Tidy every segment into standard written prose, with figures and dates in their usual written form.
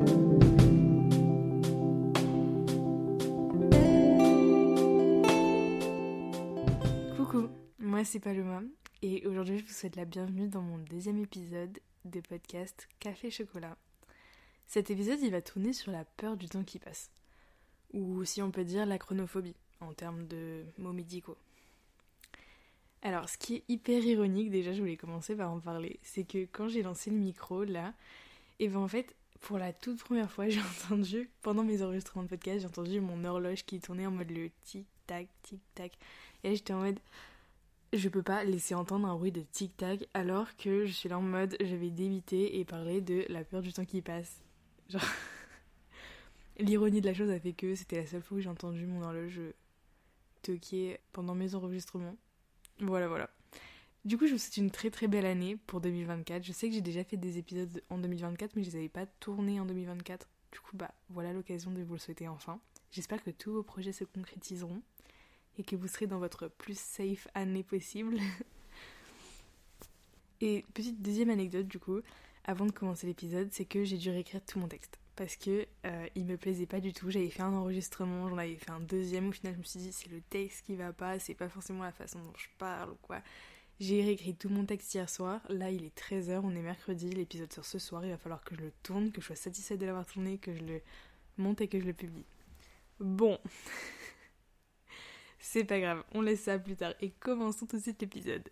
Coucou, moi c'est Paloma et aujourd'hui je vous souhaite la bienvenue dans mon deuxième épisode de podcast Café Chocolat. Cet épisode il va tourner sur la peur du temps qui passe, ou si on peut dire la chronophobie en termes de mots médicaux. Alors ce qui est hyper ironique, déjà je voulais commencer par en parler, c'est que quand j'ai lancé le micro là, et ben en fait pour la toute première fois j'ai entendu, pendant mes enregistrements de podcast, j'ai entendu mon horloge qui tournait en mode le tic-tac, tic-tac. Et là j'étais en mode, je peux pas laisser entendre un bruit de tic-tac alors que je suis là en mode, je vais débiter et parler de la peur du temps qui passe. Genre, l'ironie de la chose a fait que c'était la seule fois où j'ai entendu mon horloge toquer pendant mes enregistrements. Voilà. Du coup, je vous souhaite une très très belle année pour 2024. Je sais que j'ai déjà fait des épisodes en 2024, mais je les avais pas tournés en 2024. Du coup, voilà l'occasion de vous le souhaiter enfin. J'espère que tous vos projets se concrétiseront et que vous serez dans votre plus safe année possible. Et petite deuxième anecdote du coup, avant de commencer l'épisode, c'est que j'ai dû réécrire tout mon texte. Parce que il me plaisait pas du tout, j'avais fait un enregistrement, j'en avais fait un deuxième, au final je me suis dit c'est le texte qui va pas, c'est pas forcément la façon dont je parle ou quoi. J'ai réécrit tout mon texte hier soir, là il est 13h, on est mercredi, l'épisode sort ce soir, il va falloir que je le tourne, que je sois satisfaite de l'avoir tourné, que je le monte et que je le publie. Bon, c'est pas grave, on laisse ça plus tard et commençons tout de suite l'épisode.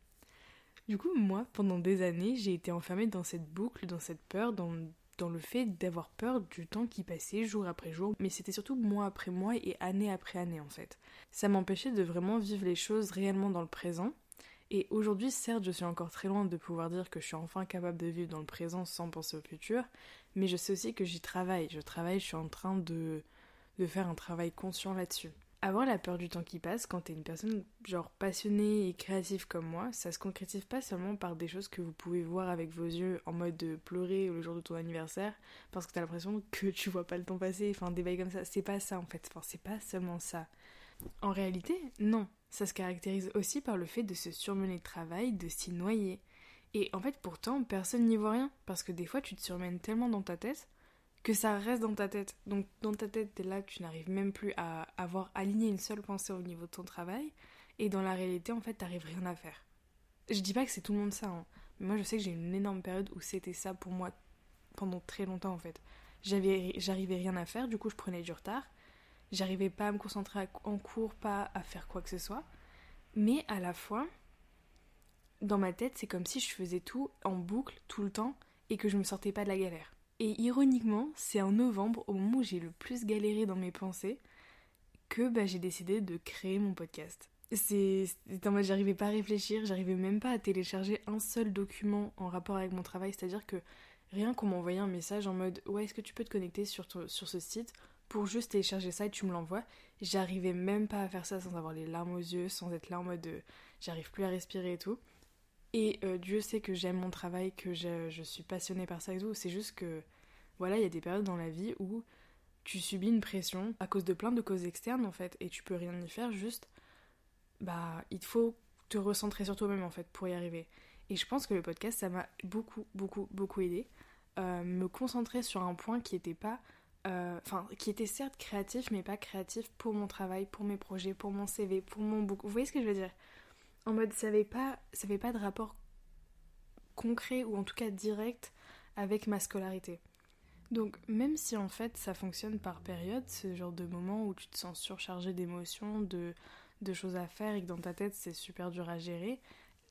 Du coup, moi, pendant des années, j'ai été enfermée dans cette boucle, dans cette peur, dans le fait d'avoir peur du temps qui passait jour après jour, mais c'était surtout mois après mois et année après année en fait. Ça m'empêchait de vraiment vivre les choses réellement dans le présent. Et aujourd'hui, certes, je suis encore très loin de pouvoir dire que je suis enfin capable de vivre dans le présent sans penser au futur, mais je sais aussi que j'y travaille. Je suis en train de faire un travail conscient là-dessus. Avoir la peur du temps qui passe quand t'es une personne genre passionnée et créative comme moi, ça se concrétise pas seulement par des choses que vous pouvez voir avec vos yeux en mode de pleurer le jour de ton anniversaire parce que t'as l'impression que tu vois pas le temps passer, enfin des bails comme ça, c'est pas ça en fait, enfin c'est pas seulement ça. En réalité, non, ça se caractérise aussi par le fait de se surmener le travail, de s'y noyer. Et en fait pourtant personne n'y voit rien parce que des fois tu te surmènes tellement dans ta tête que ça reste dans ta tête. Donc dans ta tête, t'es là, tu n'arrives même plus à avoir aligné une seule pensée au niveau de ton travail, et dans la réalité, en fait, t'arrives rien à faire. Je dis pas que c'est tout le monde ça, hein, mais moi je sais que j'ai une énorme période où c'était ça pour moi pendant très longtemps en fait. J'arrivais rien à faire, du coup je prenais du retard, j'arrivais pas à me concentrer en cours, pas à faire quoi que ce soit, mais à la fois, dans ma tête, c'est comme si je faisais tout en boucle, tout le temps, et que je me sortais pas de la galère. Et ironiquement, c'est en novembre, au moment où j'ai le plus galéré dans mes pensées, que j'ai décidé de créer mon podcast. C'est en mode, j'arrivais pas à réfléchir, j'arrivais même pas à télécharger un seul document en rapport avec mon travail, c'est-à-dire que rien qu'on m'envoyait un message en mode « Ouais, est-ce que tu peux te connecter sur ce site pour juste télécharger ça et tu me l'envoies ?» J'arrivais même pas à faire ça sans avoir les larmes aux yeux, sans être là en mode j'arrive plus à respirer et tout. Et Dieu sait que j'aime mon travail, que je suis passionnée par ça et tout. C'est juste que, voilà, il y a des périodes dans la vie où tu subis une pression à cause de plein de causes externes, en fait, et tu peux rien y faire, juste, il faut te recentrer sur toi-même, en fait, pour y arriver. Et je pense que le podcast, ça m'a beaucoup aidé. Me concentrer sur un point qui était pas... qui était certes créatif, mais pas créatif pour mon travail, pour mes projets, pour mon CV, pour mon book. Vous voyez ce que je veux dire ? En mode, ça avait pas de rapport concret ou en tout cas direct avec ma scolarité. Donc même si en fait ça fonctionne par période, ce genre de moment où tu te sens surchargé d'émotions, de choses à faire et que dans ta tête c'est super dur à gérer,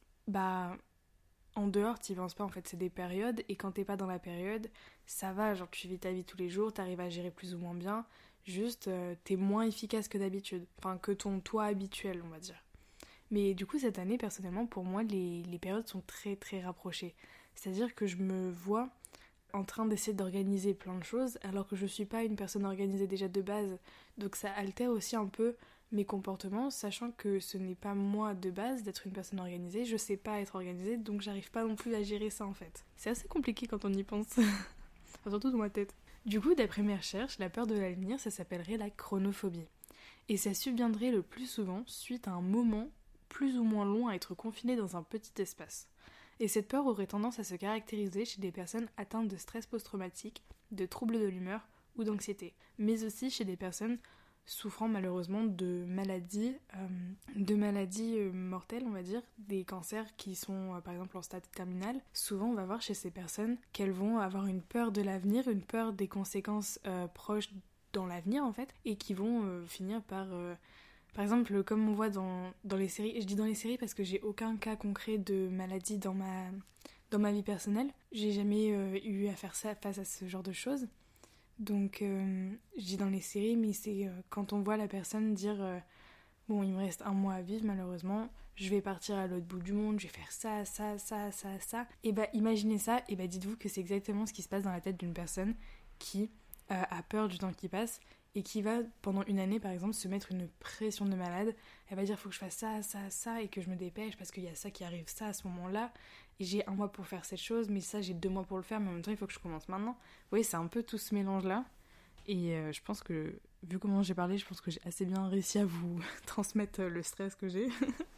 en dehors t'y penses pas en fait, c'est des périodes et quand t'es pas dans la période, ça va, genre tu vis ta vie tous les jours, t'arrives à gérer plus ou moins bien, juste t'es moins efficace que d'habitude, enfin que ton toi habituel on va dire. Mais du coup, cette année, personnellement, pour moi, les périodes sont très très rapprochées. C'est-à-dire que je me vois en train d'essayer d'organiser plein de choses, alors que je suis pas une personne organisée déjà de base. Donc ça altère aussi un peu mes comportements, sachant que ce n'est pas moi de base d'être une personne organisée, je sais pas être organisée, donc j'arrive pas non plus à gérer ça en fait. C'est assez compliqué quand on y pense, enfin, surtout dans ma tête. Du coup, d'après mes recherches, la peur de l'avenir, ça s'appellerait la chronophobie. Et ça subviendrait le plus souvent suite à un moment plus ou moins long à être confiné dans un petit espace. Et cette peur aurait tendance à se caractériser chez des personnes atteintes de stress post-traumatique de troubles de l'humeur ou d'anxiété, mais aussi chez des personnes souffrant malheureusement de maladies mortelles, on va dire, des cancers qui sont par exemple en stade terminal. Souvent on va voir chez ces personnes qu'elles vont avoir une peur de l'avenir, une peur des conséquences proches dans l'avenir en fait, et qui vont finir par exemple, comme on voit dans les séries, et je dis dans les séries parce que j'ai aucun cas concret de maladie dans ma vie personnelle, j'ai jamais eu à faire ça face à ce genre de choses. Donc, je dis dans les séries, mais c'est quand on voit la personne dire bon, il me reste 1 mois à vivre, malheureusement, je vais partir à l'autre bout du monde, je vais faire ça, ça, ça, ça, ça. Et bah, imaginez ça, et bah, dites-vous que c'est exactement ce qui se passe dans la tête d'une personne qui a peur du temps qui passe et qui va, pendant 1 année par exemple, se mettre une pression de malade. Elle va dire faut que je fasse ça, ça, ça, et que je me dépêche parce qu'il y a ça qui arrive, ça à ce moment-là. Et j'ai 1 mois pour faire cette chose, mais ça j'ai 2 mois pour le faire, mais en même temps il faut que je commence maintenant. Vous voyez, c'est un peu tout ce mélange-là. Et je pense que, vu comment j'ai parlé, je pense que j'ai assez bien réussi à vous transmettre le stress que j'ai.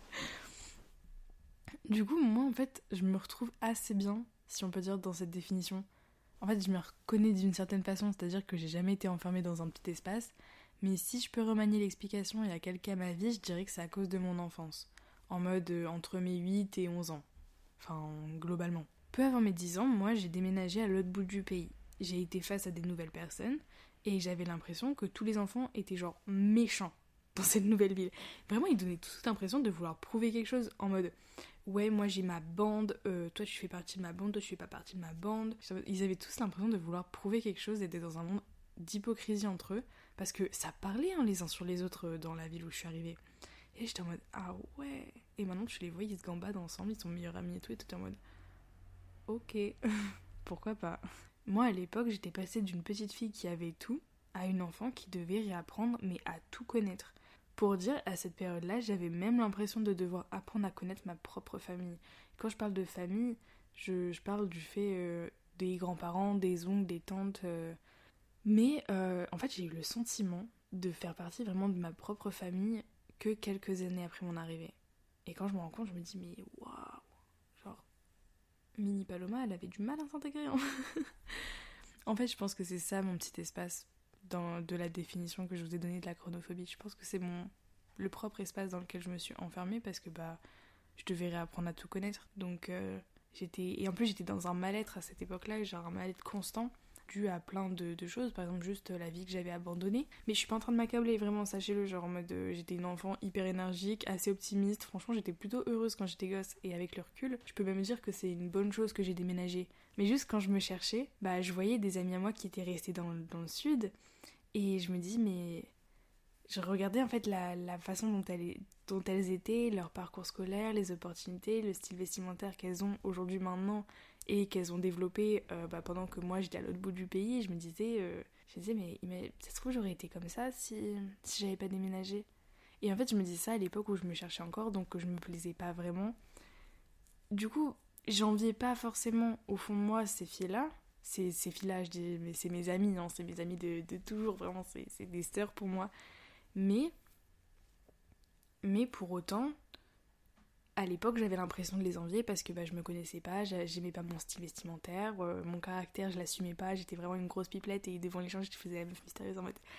Du coup, moi en fait, je me retrouve assez bien, si on peut dire, dans cette définition. En fait, je me reconnais d'une certaine façon, c'est-à-dire que j'ai jamais été enfermée dans un petit espace, mais si je peux remanier l'explication et à quel cas ma vie, je dirais que c'est à cause de mon enfance, en mode entre mes 8 et 11 ans, enfin globalement. Peu avant mes 10 ans, moi j'ai déménagé à l'autre bout du pays. J'ai été face à des nouvelles personnes, et j'avais l'impression que tous les enfants étaient genre méchants dans cette nouvelle ville. Vraiment, ils donnaient toute l'impression de vouloir prouver quelque chose, en mode ouais, moi j'ai ma bande, toi tu fais partie de ma bande, toi tu fais pas partie de ma bande. Ils avaient tous l'impression de vouloir prouver quelque chose et d'être dans un monde d'hypocrisie entre eux, parce que ça parlait les uns sur les autres dans la ville où je suis arrivée. Et j'étais en mode ah ouais. Et maintenant tu les vois, ils se gambadent ensemble, ils sont meilleurs amis et tout en mode ok, pourquoi pas. Moi à l'époque j'étais passée d'une petite fille qui avait tout à une enfant qui devait réapprendre mais à tout connaître. Pour dire, à cette période-là, j'avais même l'impression de devoir apprendre à connaître ma propre famille. Quand je parle de famille, je parle du fait des grands-parents, des oncles, des tantes. Mais en fait, j'ai eu le sentiment de faire partie vraiment de ma propre famille que quelques années après mon arrivée. Et quand je me rends compte, je me dis, mais waouh! Genre, Mini Paloma, elle avait du mal à s'intégrer. Hein. En fait, je pense que c'est ça mon petit espace de la définition que je vous ai donnée de la chronophobie. Je pense que c'est le propre espace dans lequel je me suis enfermée parce que je devais réapprendre à tout connaître. Donc et en plus j'étais dans un mal-être à cette époque-là, genre un mal-être constant dû à plein de choses, par exemple juste la vie que j'avais abandonnée. Mais je suis pas en train de m'accabler, vraiment, sachez-le, genre en mode j'étais une enfant hyper énergique, assez optimiste. Franchement, j'étais plutôt heureuse quand j'étais gosse et avec le recul, je peux même dire que c'est une bonne chose que j'ai déménagé. Mais juste quand je me cherchais, je voyais des amis à moi qui étaient restés dans le sud. Et je me dis, mais je regardais en fait la façon dont elles étaient, leur parcours scolaire, les opportunités, le style vestimentaire qu'elles ont aujourd'hui maintenant et qu'elles ont développé pendant que moi j'étais à l'autre bout du pays. Et je me disais, mais ça se trouve j'aurais été comme ça si j'avais pas déménagé. Et en fait je me dis ça à l'époque où je me cherchais encore, donc que je me plaisais pas vraiment. Du coup, j'enviais pas forcément au fond de moi ces filles-là. Ces filles-là, je dis, mais c'est mes amis, hein, c'est mes amis de toujours, vraiment, c'est des sœurs pour moi. Mais pour autant, à l'époque, j'avais l'impression de les envier parce que je me connaissais pas, j'aimais pas mon style vestimentaire, mon caractère, je l'assumais pas, j'étais vraiment une grosse pipelette et devant les gens, je faisais la meuf mystérieuse en mode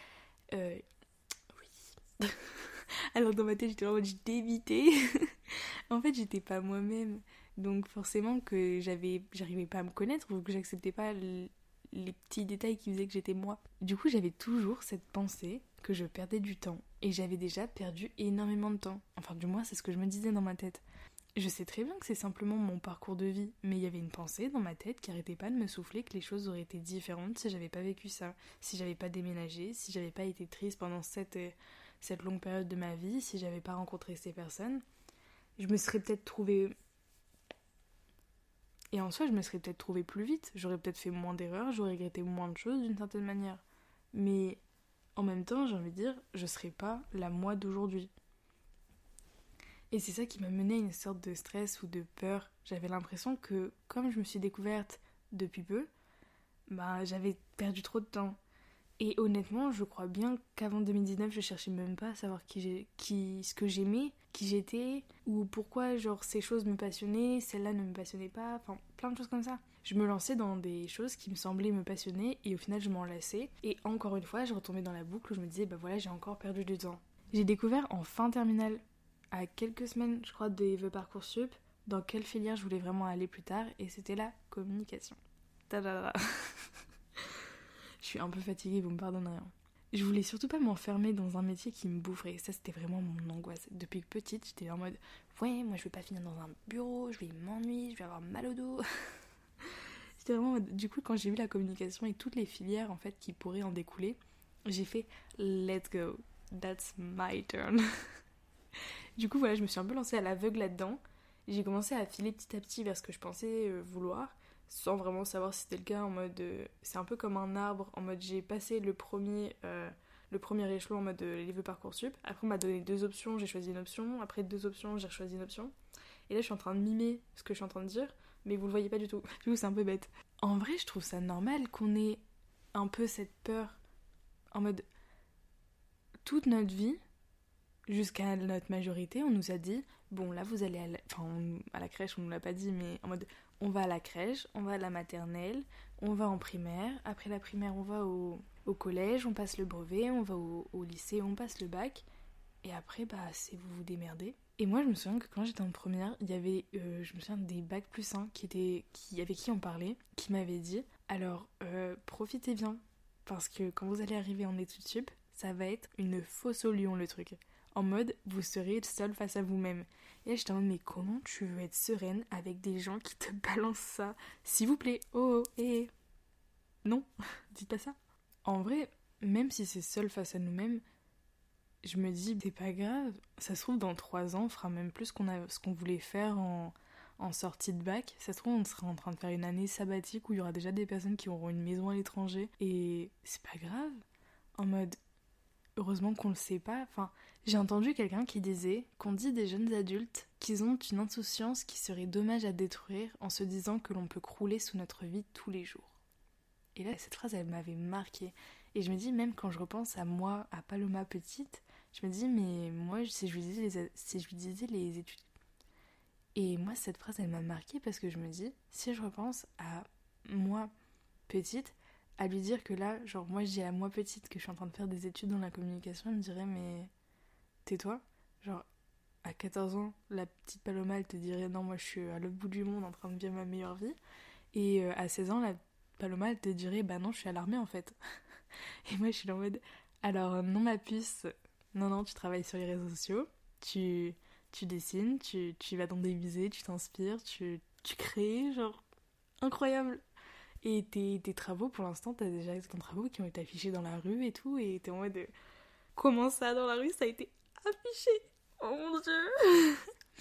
oui. Alors dans ma tête, j'étais en mode je d'éviter. En fait, j'étais pas moi-même. Donc forcément que j'arrivais pas à me connaître ou que j'acceptais pas les petits détails qui faisaient que j'étais moi. Du coup, j'avais toujours cette pensée que je perdais du temps. Et j'avais déjà perdu énormément de temps. Enfin, du moins, c'est ce que je me disais dans ma tête. Je sais très bien que c'est simplement mon parcours de vie, mais il y avait une pensée dans ma tête qui arrêtait pas de me souffler que les choses auraient été différentes si j'avais pas vécu ça, si j'avais pas déménagé, si j'avais pas été triste pendant cette longue période de ma vie, si j'avais pas rencontré ces personnes. Je me serais peut-être trouvée... Et en soi, je me serais peut-être trouvée plus vite. J'aurais peut-être fait moins d'erreurs, j'aurais regretté moins de choses d'une certaine manière. Mais en même temps, j'ai envie de dire, je serais pas la moi d'aujourd'hui. Et c'est ça qui m'a mené à une sorte de stress ou de peur. J'avais l'impression que, comme je me suis découverte depuis peu, j'avais perdu trop de temps. Et honnêtement, je crois bien qu'avant 2019, je cherchais même pas à savoir ce que j'aimais, qui j'étais, ou pourquoi ces choses me passionnaient, celles-là ne me passionnaient pas. Enfin, plein de choses comme ça. Je me lançais dans des choses qui me semblaient me passionner et au final je m'en lassais. Et encore une fois, je retombais dans la boucle où je me disais, bah voilà, j'ai encore perdu du temps. J'ai découvert en fin terminale, à quelques semaines, je crois, des vœux Parcoursup, dans quelle filière je voulais vraiment aller plus tard, et c'était la communication. Tadada. Je suis un peu fatiguée, vous me pardonnerez. Je voulais surtout pas m'enfermer dans un métier qui me boufferait. Ça, c'était vraiment mon angoisse. Depuis petite, j'étais en mode ouais, moi je vais pas finir dans un bureau, je vais m'ennuyer, je vais avoir mal au dos. C'était vraiment en mode... Du coup, quand j'ai vu la communication et toutes les filières en fait qui pourraient en découler, j'ai fait let's go, that's my turn. Du coup, voilà, je me suis un peu lancée à l'aveugle là-dedans. J'ai commencé à filer petit à petit vers ce que je pensais vouloir, sans vraiment savoir si c'était le cas, en mode... c'est un peu comme un arbre, en mode j'ai passé le premier échelon en mode les vœux Parcoursup. Après, on m'a donné 2 options, j'ai choisi une option. Après 2 options, j'ai choisi une option. Et là, je suis en train de mimer ce que je suis en train de dire, mais vous le voyez pas du tout. Du coup, c'est un peu bête. En vrai, je trouve ça normal qu'on ait un peu cette peur, en mode... Toute notre vie, jusqu'à notre majorité, on nous a dit bon là vous allez à la crèche, on nous l'a pas dit, mais en mode on va à la crèche, on va à la maternelle, on va en primaire, après la primaire on va au collège, on passe le brevet, on va au lycée, on passe le bac, et après bah c'est vous vous démerdez. Et moi je me souviens que quand j'étais en première, il y avait je me souviens des bacs plus 1 avec qui on parlait, qui m'avait dit alors profitez bien, parce que quand vous allez arriver en études sup, ça va être une fosse au lion le truc. En mode, vous serez seul face à vous-même. Et là, j'étais en mode, mais comment tu veux être sereine avec des gens qui te balancent ça? S'il vous plaît, oh, non, dites pas ça. En vrai, même si c'est seul face à nous-mêmes, je me dis, c'est pas grave. Ça se trouve, dans 3 ans, on fera même plus ce qu'on voulait faire en sortie de bac. Ça se trouve, on sera en train de faire une année sabbatique où il y aura déjà des personnes qui auront une maison à l'étranger. Et c'est pas grave. En mode... Heureusement qu'on le sait pas. Enfin, j'ai entendu quelqu'un qui disait qu'on dit des jeunes adultes qu'ils ont une insouciance qui serait dommage à détruire en se disant que l'on peut crouler sous notre vie tous les jours. Et là, cette phrase, elle m'avait marquée. Et je me dis, même quand je repense à moi, à Paloma petite, je me dis, mais moi, si je lui disais les études. Et moi, cette phrase, elle m'a marquée parce que je me dis, si je repense à moi petite, à lui dire que là, genre moi je dis à moi petite que je suis en train de faire des études dans la communication, elle me dirait mais tais-toi. Genre à 14 ans, la petite Paloma elle te dirait non moi je suis à l'autre bout du monde en train de vivre ma meilleure vie. Et à 16 ans, la Paloma elle te dirait bah non je suis à l'armée en fait. Et moi je suis là en mode alors non ma puce, non tu travailles sur les réseaux sociaux, tu dessines, tu vas dans des musées, tu t'inspires, tu crées, genre incroyable. Et tes travaux, pour l'instant, t'as déjà des travaux qui ont été affichés dans la rue et tout, et t'es en mode comment ça, dans la rue, ça a été affiché? Oh mon dieu!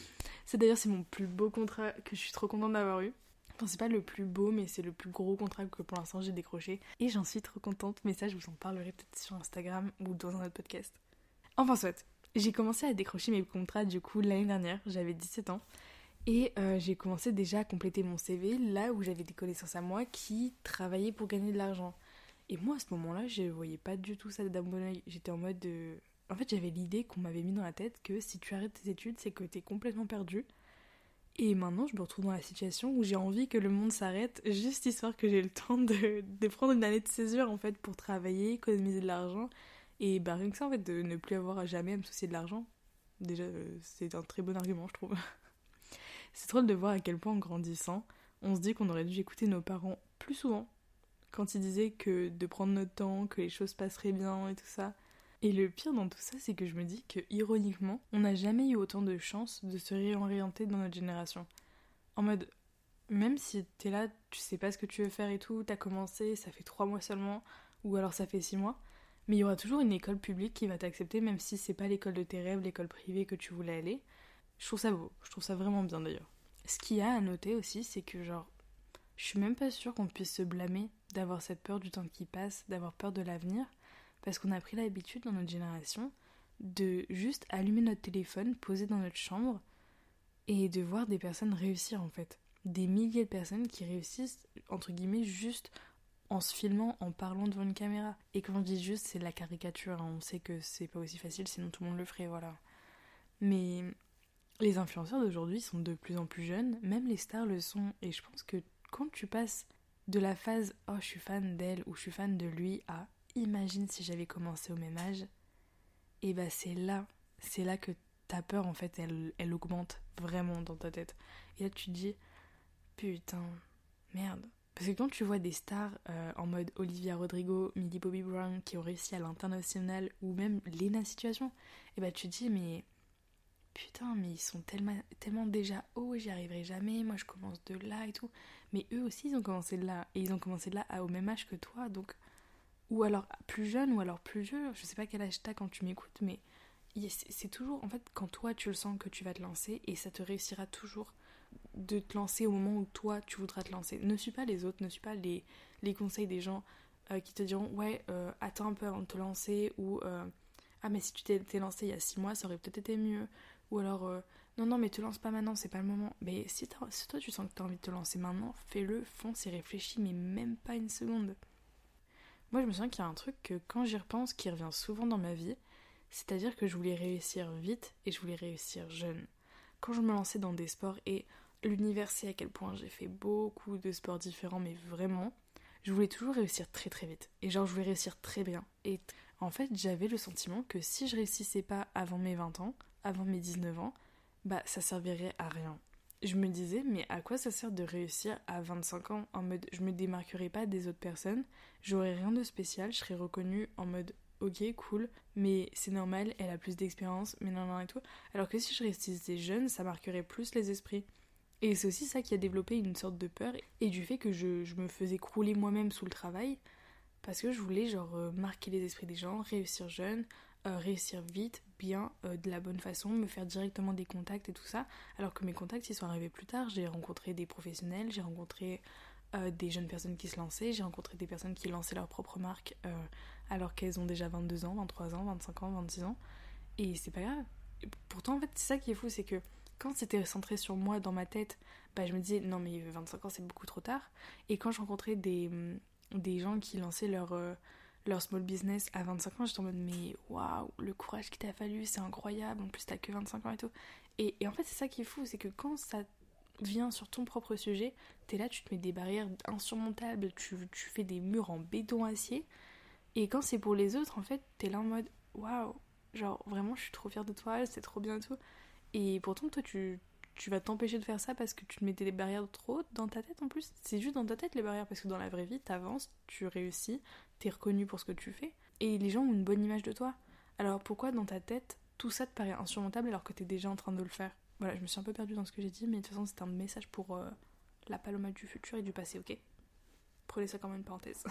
C'est mon plus beau contrat que je suis trop contente d'avoir eu. Enfin, c'est pas le plus beau, mais c'est le plus gros contrat que pour l'instant j'ai décroché. Et j'en suis trop contente, mais ça, je vous en parlerai peut-être sur Instagram ou dans un autre podcast. Enfin, soit. J'ai commencé à décrocher mes contrats, du coup, l'année dernière, j'avais 17 ans. Et j'ai commencé déjà à compléter mon CV là où j'avais des connaissances à moi qui travaillaient pour gagner de l'argent. Et moi à ce moment-là, je voyais pas du tout ça d'un bon oeil. J'étais en mode En fait, j'avais l'idée qu'on m'avait mis dans la tête que si tu arrêtes tes études, c'est que t'es complètement perdu. Et maintenant, je me retrouve dans la situation où j'ai envie que le monde s'arrête juste histoire que j'ai le temps de prendre une année de césure en fait pour travailler, économiser de l'argent. Et bah rien que ça en fait, de ne plus avoir à jamais à me soucier de l'argent. Déjà, c'est un très bon argument, je trouve. C'est drôle de voir à quel point en grandissant, on se dit qu'on aurait dû écouter nos parents plus souvent quand ils disaient que de prendre notre temps, que les choses passeraient bien et tout ça. Et le pire dans tout ça, c'est que je me dis que, ironiquement, on n'a jamais eu autant de chance de se réorienter dans notre génération. En mode, même si t'es là, tu sais pas ce que tu veux faire et tout, t'as commencé, ça fait 3 mois seulement, ou alors ça fait 6 mois, mais il y aura toujours une école publique qui va t'accepter, même si c'est pas l'école de tes rêves, l'école privée que tu voulais aller. Je trouve ça beau, je trouve ça vraiment bien d'ailleurs. Ce qu'il y a à noter aussi, c'est que genre, je suis même pas sûre qu'on puisse se blâmer d'avoir cette peur du temps qui passe, d'avoir peur de l'avenir, parce qu'on a pris l'habitude dans notre génération de juste allumer notre téléphone, poser dans notre chambre, et de voir des personnes réussir en fait. Des milliers de personnes qui réussissent, entre guillemets, juste en se filmant, en parlant devant une caméra. Et quand je dis juste, c'est de la caricature, hein. On sait que c'est pas aussi facile, sinon tout le monde le ferait, voilà. Mais les influenceurs d'aujourd'hui sont de plus en plus jeunes, même les stars le sont, et je pense que quand tu passes de la phase « oh je suis fan d'elle » ou « je suis fan de lui » à « imagine si j'avais commencé au même âge », et bah c'est là que ta peur en fait elle augmente vraiment dans ta tête. Et là tu te dis putain, merde. Parce que quand tu vois des stars en mode Olivia Rodrigo, Millie Bobby Brown qui ont réussi à l'international ou même Lena Situation, et bah tu te dis mais putain, mais ils sont tellement déjà hauts, j'y arriverai jamais, moi je commence de là et tout. Mais eux aussi ils ont commencé de là, et ils ont commencé de là au même âge que toi, donc ou alors plus jeune ou alors plus vieux, je sais pas quel âge t'as quand tu m'écoutes, mais c'est toujours, en fait, quand toi tu le sens que tu vas te lancer, et ça te réussira toujours de te lancer au moment où toi tu voudras te lancer. Ne suis pas les autres, ne suis pas les conseils des gens qui te diront ouais, attends un peu avant de te lancer, ou ah mais si tu t'es lancé il y a 6 mois ça aurait peut-être été mieux, ou alors non non mais te lance pas maintenant, c'est pas le moment. Mais si toi tu sens que t'as envie de te lancer maintenant, fais-le, fonce et réfléchis, mais même pas une seconde. Moi je me souviens qu'il y a un truc que quand j'y repense qui revient souvent dans ma vie, c'est-à-dire que je voulais réussir vite et je voulais réussir jeune. Quand je me lançais dans des sports, et l'univers sait à quel point j'ai fait beaucoup de sports différents, mais vraiment, je voulais toujours réussir très très vite. Et genre, je voulais réussir très bien. Et en fait, j'avais le sentiment que si je réussissais pas avant mes 20 ans, avant mes 19 ans, bah ça servirait à rien. Je me disais, mais à quoi ça sert de réussir à 25 ans en mode je me démarquerai pas des autres personnes, j'aurais rien de spécial, je serais reconnue en mode ok, cool, mais c'est normal, elle a plus d'expérience, mais non, non et tout. Alors que si je restais jeune, ça marquerait plus les esprits. Et c'est aussi ça qui a développé une sorte de peur, et du fait que je me faisais crouler moi-même sous le travail, parce que je voulais genre marquer les esprits des gens, réussir jeune, réussir vite, bien, de la bonne façon, me faire directement des contacts et tout ça, alors que mes contacts ils sont arrivés plus tard. J'ai rencontré des professionnels, j'ai rencontré des jeunes personnes qui se lançaient, j'ai rencontré des personnes qui lançaient leur propre marque alors qu'elles ont déjà 22 ans, 23 ans, 25 ans, 26 ans, et c'est pas grave. Et pourtant en fait c'est ça qui est fou, c'est que quand c'était centré sur moi dans ma tête, bah je me disais non mais 25 ans c'est beaucoup trop tard, et quand je rencontrais des gens qui lançaient leur small business à 25 ans, j'étais en mode mais waouh, le courage qu'il t'a fallu, c'est incroyable, en plus t'as que 25 ans et tout. Et en fait c'est ça qui est fou, c'est que quand ça vient sur ton propre sujet, t'es là, tu te mets des barrières insurmontables, tu fais des murs en béton acier, et quand c'est pour les autres, en fait, t'es là en mode waouh, genre vraiment je suis trop fière de toi, c'est trop bien et tout. Et pourtant, toi, tu vas t'empêcher de faire ça parce que tu te mettais des barrières trop hautes dans ta tête en plus. C'est juste dans ta tête les barrières, parce que dans la vraie vie, t'avances, tu réussis, t'es reconnu pour ce que tu fais, et les gens ont une bonne image de toi. Alors pourquoi dans ta tête, tout ça te paraît insurmontable alors que t'es déjà en train de le faire? Voilà, je me suis un peu perdue dans ce que j'ai dit, mais de toute façon, c'est un message pour la Paloma du futur et du passé, ok? Prenez ça comme une parenthèse.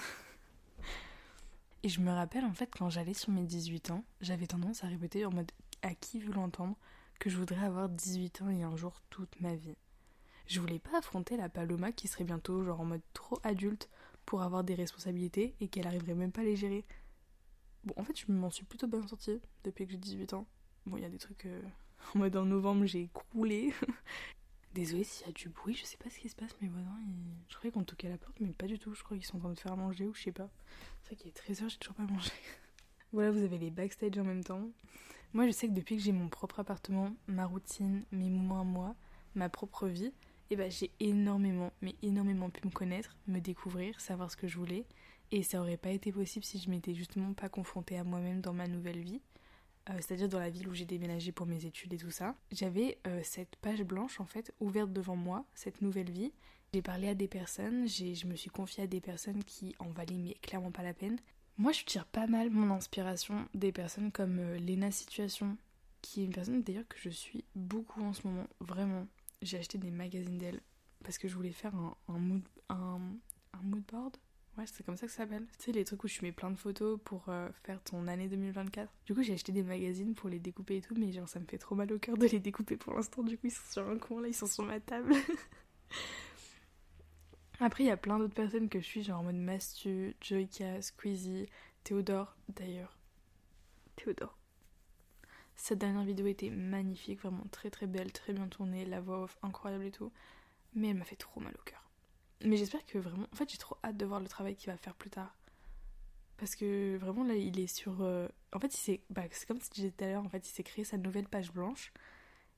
Et je me rappelle, en fait, quand j'allais sur mes 18 ans, j'avais tendance à répéter en mode à qui veut l'entendre que je voudrais avoir 18 ans et un jour toute ma vie. Je voulais pas affronter la Paloma qui serait bientôt genre en mode trop adulte pour avoir des responsabilités et qu'elle arriverait même pas à les gérer. Bon, en fait, je m'en suis plutôt bien sortie depuis que j'ai 18 ans. Bon, il y a des trucs en mode en novembre, j'ai croulé. Désolée s'il y a du bruit, je sais pas ce qui se passe, mes voisins, je croyais qu'on toquait à la porte, mais pas du tout, je crois qu'ils sont en train de faire à manger ou je sais pas. C'est vrai qu'il est 13h, j'ai toujours pas mangé. Voilà, vous avez les backstage en même temps. Moi, je sais que depuis que j'ai mon propre appartement, ma routine, mes moments à moi, ma propre vie, et ben j'ai énormément, mais énormément pu me connaître, me découvrir, savoir ce que je voulais, et ça aurait pas été possible si je m'étais justement pas confrontée à moi-même dans ma nouvelle vie. C'est-à-dire dans la ville où j'ai déménagé pour mes études et tout ça. J'avais cette page blanche en fait ouverte devant moi, cette nouvelle vie. J'ai parlé à des personnes, je me suis confiée à des personnes qui en valaient mais clairement pas la peine. Moi je tire pas mal mon inspiration des personnes comme Lena Situation, qui est une personne d'ailleurs que je suis beaucoup en ce moment, vraiment. J'ai acheté des magazines d'elle parce que je voulais faire un mood board. Ouais, c'est comme ça que ça s'appelle. Tu sais, les trucs où tu mets plein de photos pour faire ton année 2024. Du coup, j'ai acheté des magazines pour les découper et tout, mais genre, ça me fait trop mal au cœur de les découper pour l'instant. Du coup, ils sont sur un coin, là, ils sont sur ma table. Après, il y a plein d'autres personnes que je suis, genre en mode Mastu, Joyka, Squeezie, Théodore, d'ailleurs. Théodore. Cette dernière vidéo était magnifique, vraiment très très belle, très bien tournée, la voix off incroyable et tout. Mais elle m'a fait trop mal au cœur. Mais j'espère que vraiment... En fait, j'ai trop hâte de voir le travail qu'il va faire plus tard. Parce que vraiment, là, il est sur... En fait, c'est comme je disais tout à l'heure, en fait, il s'est créé sa nouvelle page blanche.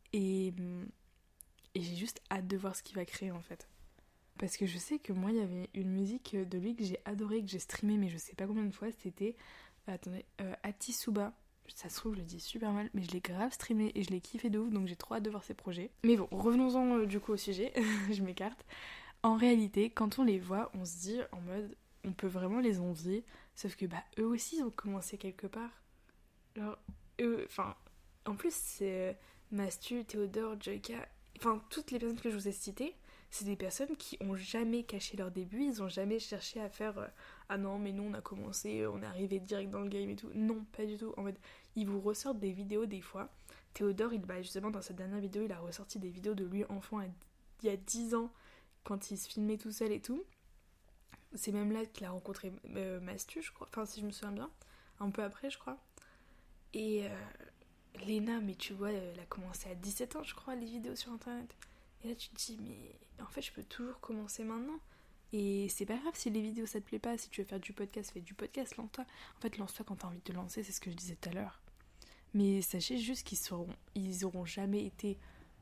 Et, et j'ai juste hâte de voir ce qu'il va créer en fait. Parce que je sais que moi, il y avait une musique de lui que j'ai adorée, que j'ai streamée, mais je sais pas combien de fois, c'était... Attendez, Atisuba. Ça se trouve, je le dis super mal, mais je l'ai grave streamé et je l'ai kiffé de ouf, donc j'ai trop hâte de voir ses projets. Mais bon, revenons-en du coup au sujet, je m'écarte. En réalité, quand on les voit, on se dit en mode, on peut vraiment les envier, sauf que bah eux aussi ils ont commencé quelque part. Genre, eux, enfin, en plus c'est Mastu, Théodore, Joyka, enfin toutes les personnes que je vous ai citées, c'est des personnes qui ont jamais caché leur début, ils ont jamais cherché à faire ah non mais nous on a commencé, on est arrivé direct dans le game et tout. Non, pas du tout. En fait, ils vous ressortent des vidéos des fois. Théodore, bah, justement dans cette dernière vidéo, il a ressorti des vidéos de lui enfant il y a 10 ans quand il se filmait tout seul et tout. C'est même là qu'il a rencontré Mastu, je crois, enfin si je me souviens bien, un peu après je crois. Et Léna, mais tu vois, elle a commencé à 17 ans je crois les vidéos sur internet. Et là tu te dis mais en fait je peux toujours commencer maintenant. Et c'est pas grave si les vidéos ça te plaît pas, si tu veux faire du podcast, fais du podcast, lance-toi. En fait lance-toi quand t'as envie de te lancer, c'est ce que je disais tout à l'heure. Mais sachez juste ils auront jamais été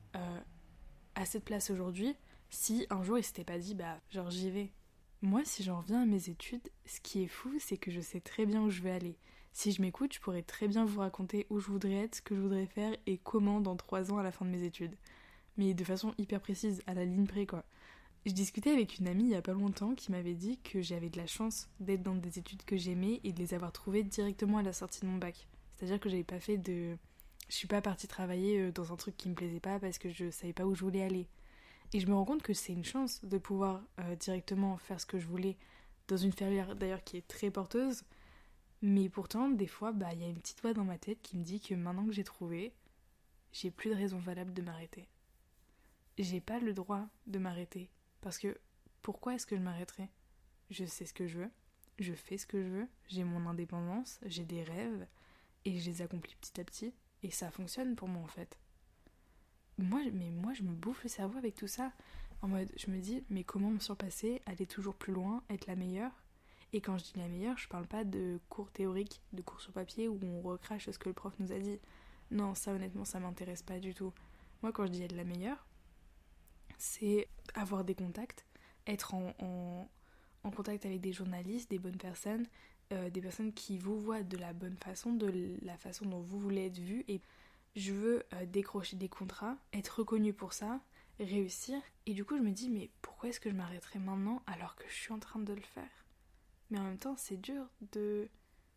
à cette place aujourd'hui si un jour ils s'étaient pas dit bah genre j'y vais. Moi si j'en reviens à mes études, ce qui est fou c'est que je sais très bien où je vais aller. Si je m'écoute, je pourrais très bien vous raconter où je voudrais être, ce que je voudrais faire et comment dans 3 ans à la fin de mes études. Mais de façon hyper précise, à la ligne près quoi. Je discutais avec une amie il y a pas longtemps qui m'avait dit que j'avais de la chance d'être dans des études que j'aimais et de les avoir trouvées directement à la sortie de mon bac. C'est-à-dire que j'avais pas fait de... Je suis pas partie travailler dans un truc qui me plaisait pas parce que je savais pas où je voulais aller. Et je me rends compte que c'est une chance de pouvoir directement faire ce que je voulais dans une filière d'ailleurs qui est très porteuse. Mais pourtant, des fois, bah, y a une petite voix dans ma tête qui me dit que maintenant que j'ai trouvé, j'ai plus de raison valable de m'arrêter. J'ai pas le droit de m'arrêter. Parce que pourquoi est-ce que je m'arrêterais ? Je sais ce que je veux, je fais ce que je veux, j'ai mon indépendance, j'ai des rêves, et je les accomplis petit à petit, et ça fonctionne pour moi en fait. Moi, je me bouffe le cerveau avec tout ça. En mode, je me dis, mais comment me surpasser, aller toujours plus loin, être la meilleure ? Et quand je dis la meilleure, je parle pas de cours théoriques, de cours sur papier où on recrache ce que le prof nous a dit. Non, ça honnêtement, ça m'intéresse pas du tout. Moi, quand je dis être la meilleure, c'est avoir des contacts, être en contact avec des journalistes, des bonnes personnes, des personnes qui vous voient de la bonne façon, de la façon dont vous voulez être vu. Et je veux décrocher des contrats, être reconnue pour ça, réussir. Et du coup, je me dis, mais pourquoi est-ce que je m'arrêterais maintenant alors que je suis en train de le faire ? Mais en même temps, c'est dur de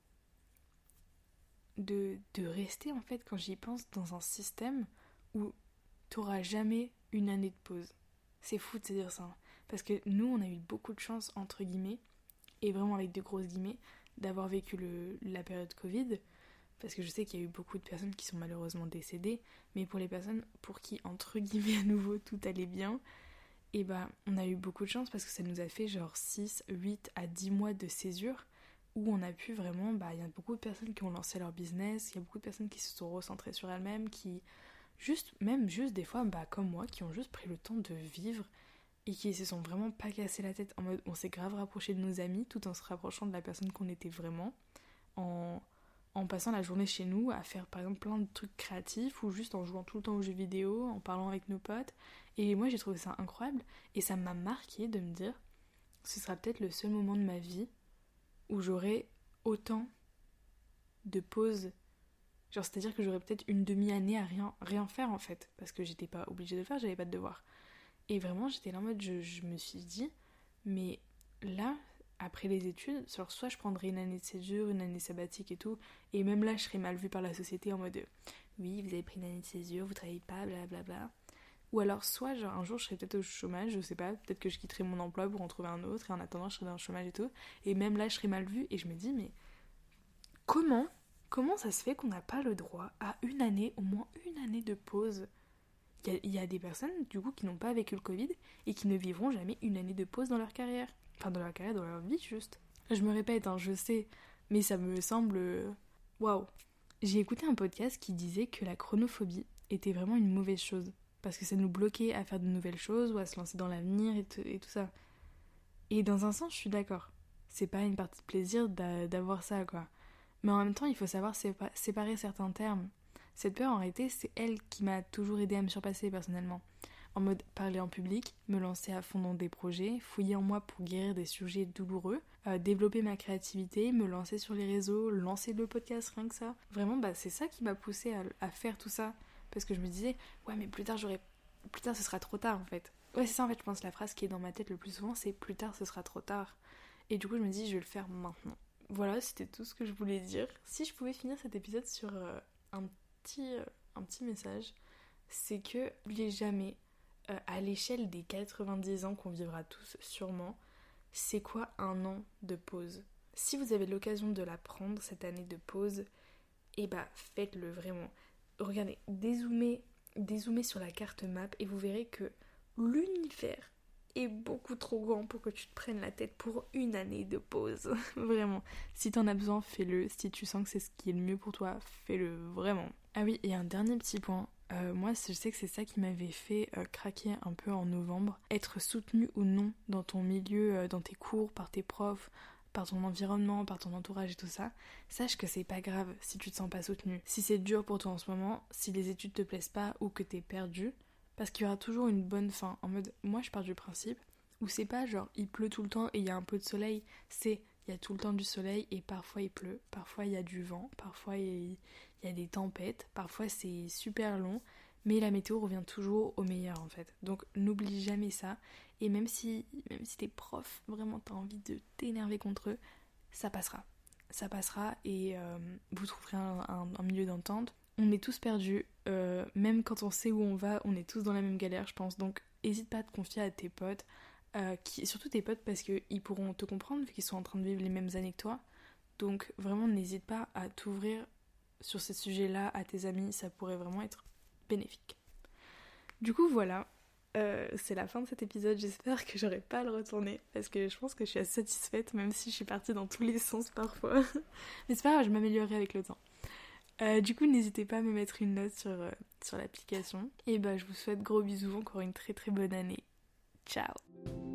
rester, en fait, quand j'y pense, dans un système où t'auras jamais une année de pause. C'est fou de se dire ça. Parce que nous, on a eu beaucoup de chance, entre guillemets, et vraiment avec de grosses guillemets, d'avoir vécu la période Covid. Parce que je sais qu'il y a eu beaucoup de personnes qui sont malheureusement décédées. Mais pour les personnes pour qui, entre guillemets, à nouveau, tout allait bien, et bah, on a eu beaucoup de chance parce que ça nous a fait genre 6, 8 à 10 mois de césure où on a pu vraiment, bah, il y a beaucoup de personnes qui ont lancé leur business, il y a beaucoup de personnes qui se sont recentrées sur elles-mêmes, qui même juste des fois, bah, comme moi, qui ont juste pris le temps de vivre et qui se sont vraiment pas cassé la tête en mode on s'est grave rapproché de nos amis tout en se rapprochant de la personne qu'on était vraiment, en passant la journée chez nous à faire par exemple plein de trucs créatifs ou juste en jouant tout le temps aux jeux vidéo, en parlant avec nos potes. Et moi j'ai trouvé ça incroyable et ça m'a marqué de me dire ce sera peut-être le seul moment de ma vie où j'aurai autant de pauses. Genre c'est-à-dire que j'aurais peut-être une demi-année à rien faire en fait parce que j'étais pas obligée de le faire, j'avais pas de devoirs. Et vraiment j'étais là en mode je me suis dit mais là après les études, soit je prendrais une année de césure, une année sabbatique et tout, et même là je serais mal vue par la société en mode oui vous avez pris une année de césure, vous travaillez pas, blablabla. Ou alors soit genre un jour je serais peut-être au chômage, je sais pas, peut-être que je quitterais mon emploi pour en trouver un autre et en attendant je serais dans le chômage et tout, et même là je serais mal vue et je me dis mais comment ça se fait qu'on n'a pas le droit à une année, au moins une année de pause ? Il y a des personnes du coup qui n'ont pas vécu le Covid et qui ne vivront jamais une année de pause dans leur carrière. Enfin, dans leur carrière, dans leur vie, juste. Je me répète, hein, je sais, mais ça me semble... Waouh. J'ai écouté un podcast qui disait que la chronophobie était vraiment une mauvaise chose. Parce que ça nous bloquait à faire de nouvelles choses ou à se lancer dans l'avenir et tout ça. Et dans un sens, je suis d'accord. C'est pas une partie de plaisir d'avoir ça, quoi. Mais en même temps, il faut savoir séparer certains termes. Cette peur, en réalité, c'est elle qui m'a toujours aidée à me surpasser personnellement. En mode parler en public, me lancer à fond dans des projets, fouiller en moi pour guérir des sujets douloureux, développer ma créativité, me lancer sur les réseaux, lancer le podcast, rien que ça. Vraiment, c'est ça qui m'a poussée à faire tout ça. Parce que je me disais, ouais, mais plus tard ce sera trop tard en fait. Ouais, c'est ça en fait, je pense, la phrase qui est dans ma tête le plus souvent, c'est plus tard ce sera trop tard. Et du coup, je me dis, je vais le faire maintenant. Voilà, c'était tout ce que je voulais dire. Si je pouvais finir cet épisode sur un petit message, c'est que n'oubliez jamais, à l'échelle des 90 ans qu'on vivra tous sûrement, c'est quoi un an de pause? Si vous avez l'occasion de la prendre, cette année de pause, faites-le vraiment. Regardez, dézoomez sur la carte map et vous verrez que l'univers est beaucoup trop grand pour que tu te prennes la tête pour une année de pause. Vraiment. Si t'en as besoin, fais-le. Si tu sens que c'est ce qui est le mieux pour toi, fais-le vraiment. Ah oui, et un dernier petit point. Moi, je sais que c'est ça qui m'avait fait craquer un peu en novembre. Être soutenu ou non dans ton milieu, dans tes cours, par tes profs, par ton environnement, par ton entourage et tout ça, sache que c'est pas grave si tu te sens pas soutenu. Si c'est dur pour toi en ce moment, si les études te plaisent pas ou que t'es perdu, parce qu'il y aura toujours une bonne fin. En mode, moi je pars du principe où c'est pas genre il pleut tout le temps et il y a un peu de soleil, c'est il y a tout le temps du soleil et parfois il pleut, parfois il y a du vent, parfois il y a des tempêtes, parfois c'est super long, mais la météo revient toujours au meilleur en fait. Donc n'oublie jamais ça, et même si tes profs, vraiment t'as envie de t'énerver contre eux, ça passera. Ça passera et vous trouverez un milieu d'entente. On est tous perdus, même quand on sait où on va, on est tous dans la même galère je pense, donc n'hésite pas à te confier à tes potes, surtout tes potes parce qu'ils pourront te comprendre vu qu'ils sont en train de vivre les mêmes années que toi. Donc vraiment n'hésite pas à t'ouvrir sur ces sujets-là à tes amis, ça pourrait vraiment être bénéfique. Du coup voilà, c'est la fin de cet épisode, j'espère que j'aurai pas à le retourner parce que je pense que je suis assez satisfaite même si je suis partie dans tous les sens parfois. Mais c'est pas grave, je m'améliorerai avec le temps. Du coup n'hésitez pas à me mettre une note sur l'application. Et je vous souhaite gros bisous, encore une très très bonne année. Ciao.